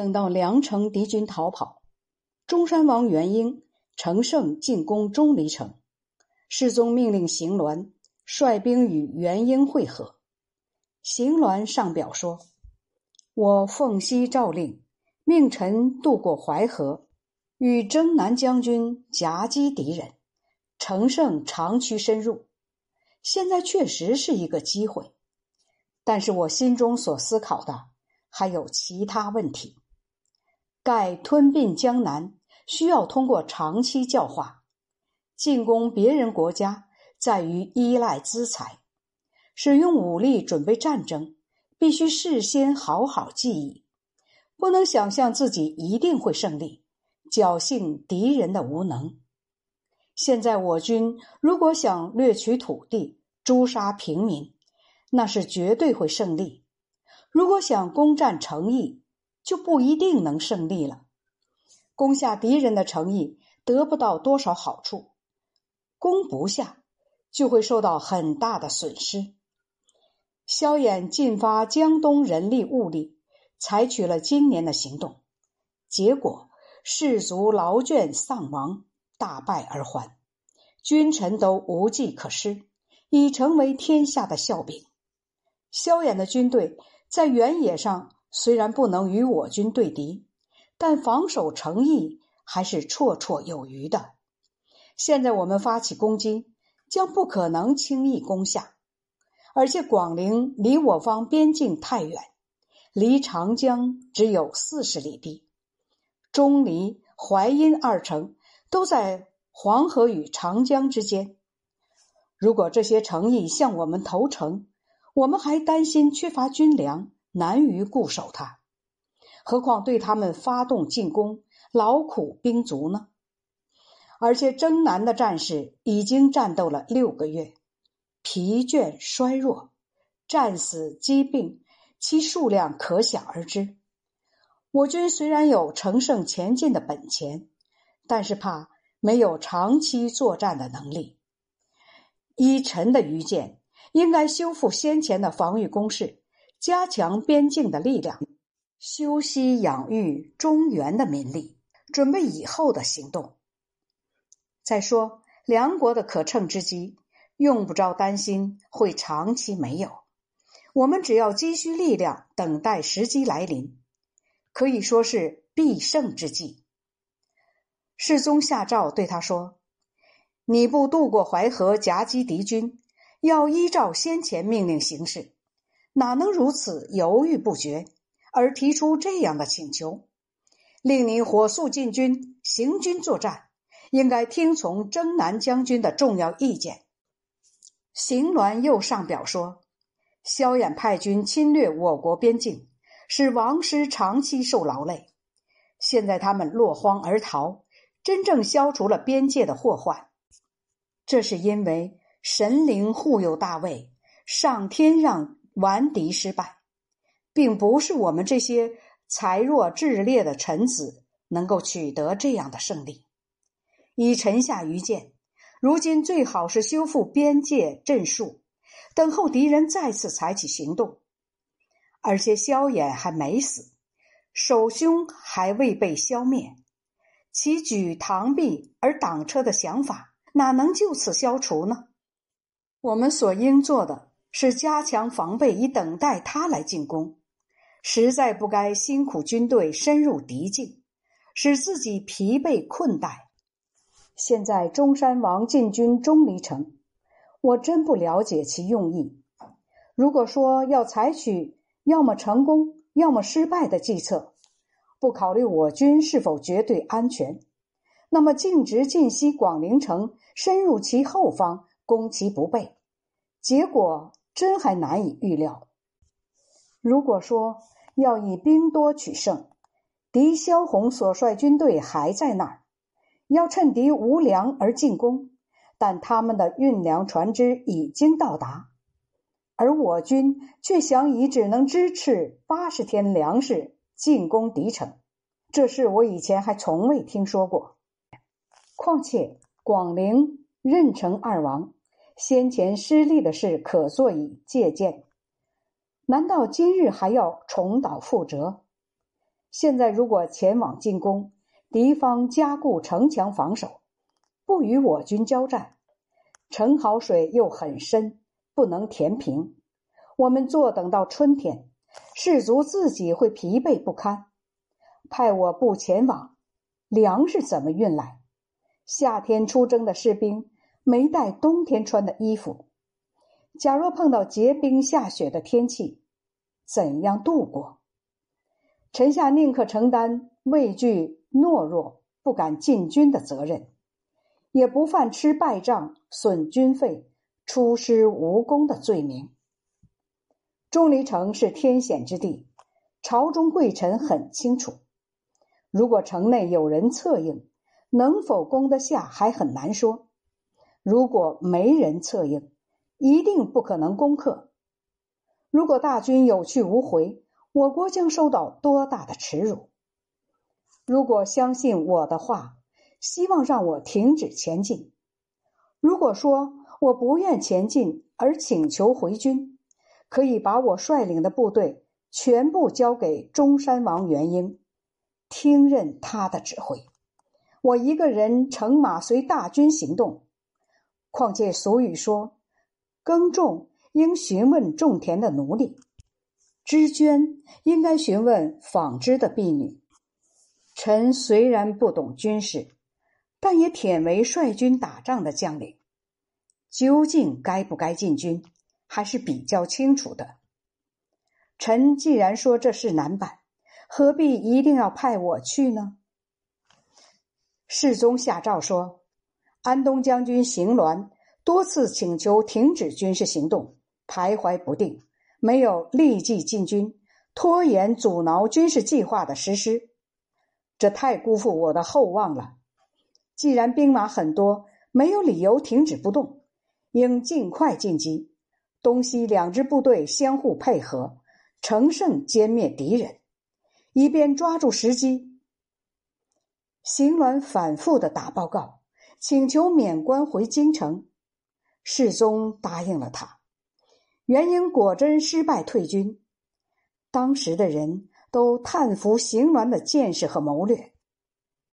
等到梁城敌军逃跑，中山王元英乘胜进攻钟离城，世宗命令邢鸾率兵与元英会合。邢鸾上表说：我奉悉诏令，命臣渡过淮河，与征南将军夹击敌人，乘胜长驱深入。现在确实是一个机会，但是我心中所思考的还有其他问题。盖吞并江南需要通过长期教化，进攻别人国家在于依赖资财，使用武力准备战争必须事先好好记忆，不能想象自己一定会胜利，侥幸敌人的无能。现在我军如果想掠取土地，诛杀平民，那是绝对会胜利。如果想攻占城邑，就不一定能胜利了。攻下敌人的城邑得不到多少好处，攻不下就会受到很大的损失。萧衍进发江东人力物力，采取了今年的行动，结果士卒劳倦丧亡，大败而还，君臣都无计可施，已成为天下的笑柄。萧衍的军队在原野上虽然不能与我军对敌，但防守城邑还是绰绰有余的。现在我们发起攻击，将不可能轻易攻下，而且广陵离我方边境太远，离长江只有40里地，钟离、淮阴二城都在黄河与长江之间。如果这些城邑向我们投诚，我们还担心缺乏军粮，难于固守它，何况对他们发动进攻，劳苦兵卒呢？而且征南的战士已经战斗了6个月，疲倦衰弱，战死疾病，其数量可想而知。我军虽然有乘胜前进的本钱，但是怕没有长期作战的能力。依臣的愚见，应该修复先前的防御工事，加强边境的力量，休息养育中原的民力，准备以后的行动。再说梁国的可乘之机，用不着担心会长期没有，我们只要积蓄力量，等待时机来临，可以说是必胜之计。世宗下诏对他说：你部渡过淮河夹击敌军，要依照先前命令行事，哪能如此犹豫不决，而提出这样的请求？令你火速进军，行军作战，应该听从征南将军的重要意见。邢鸾又上表说：萧衍派军侵略我国边境，使王师长期受劳累，现在他们落荒而逃，真正消除了边界的祸患。这是因为神灵护佑大魏，上天让顽敌失败，并不是我们这些才弱智劣的臣子能够取得这样的胜利。以臣下愚见，如今最好是修复边界阵数，等候敌人再次采取行动。而且萧衍还没死，首凶还未被消灭，其举螳臂而挡车的想法哪能就此消除呢？我们所应做的是加强防备，以等待他来进攻，实在不该辛苦军队深入敌境，使自己疲惫困怠。现在中山王进军钟离城，我真不了解其用意。如果说要采取要么成功要么失败的计策，不考虑我军是否绝对安全，那么径直进袭广陵城，深入其后方，攻其不备，结果真还难以预料。如果说要以兵多取胜，敌萧红所率军队还在那儿，要趁敌无粮而进攻，但他们的运粮船只已经到达，而我军却想以只能支持80天粮食进攻敌城，这事我以前还从未听说过。况且广陵、任城二王先前失利的事可作以借鉴，难道今日还要重蹈覆辙？ 现在如果前往进攻，敌方加固城墙防守，不与我军交战，城壕水又很深，不能填平，我们坐等到春天，士卒自己会疲惫不堪。派我部前往，粮食怎么运来？夏天出征的士兵没带冬天穿的衣服，假若碰到结冰下雪的天气，怎样度过？臣下宁可承担畏惧懦弱不敢进军的责任，也不犯吃败仗损军费出师无功的罪名。钟离城是天险之地，朝中贵臣很清楚，如果城内有人策应，能否攻得下还很难说，如果没人策应，一定不可能攻克。如果大军有去无回，我国将受到多大的耻辱？如果相信我的话，希望让我停止前进；如果说我不愿前进而请求回军，可以把我率领的部队全部交给中山王元英，听任他的指挥。我一个人乘马随大军行动。况且俗语说，耕种应询问种田的奴隶，织绢应该询问纺织的婢女。臣虽然不懂军事，但也忝为率军打仗的将领，究竟该不该进军，还是比较清楚的。臣既然说这事难办，何必一定要派我去呢？世宗下诏说，安东将军邢鸾多次请求停止军事行动，徘徊不定，没有立即进军，拖延阻挠军事计划的实施，这太辜负我的厚望了。既然兵马很多，没有理由停止不动，应尽快进击，东西两支部队相互配合，乘胜歼灭敌人，以便抓住时机。邢鸾反复地打报告，请求免官回京城，世宗答应了他。元英果真失败退军，当时的人都叹服邢鸾的见识和谋略。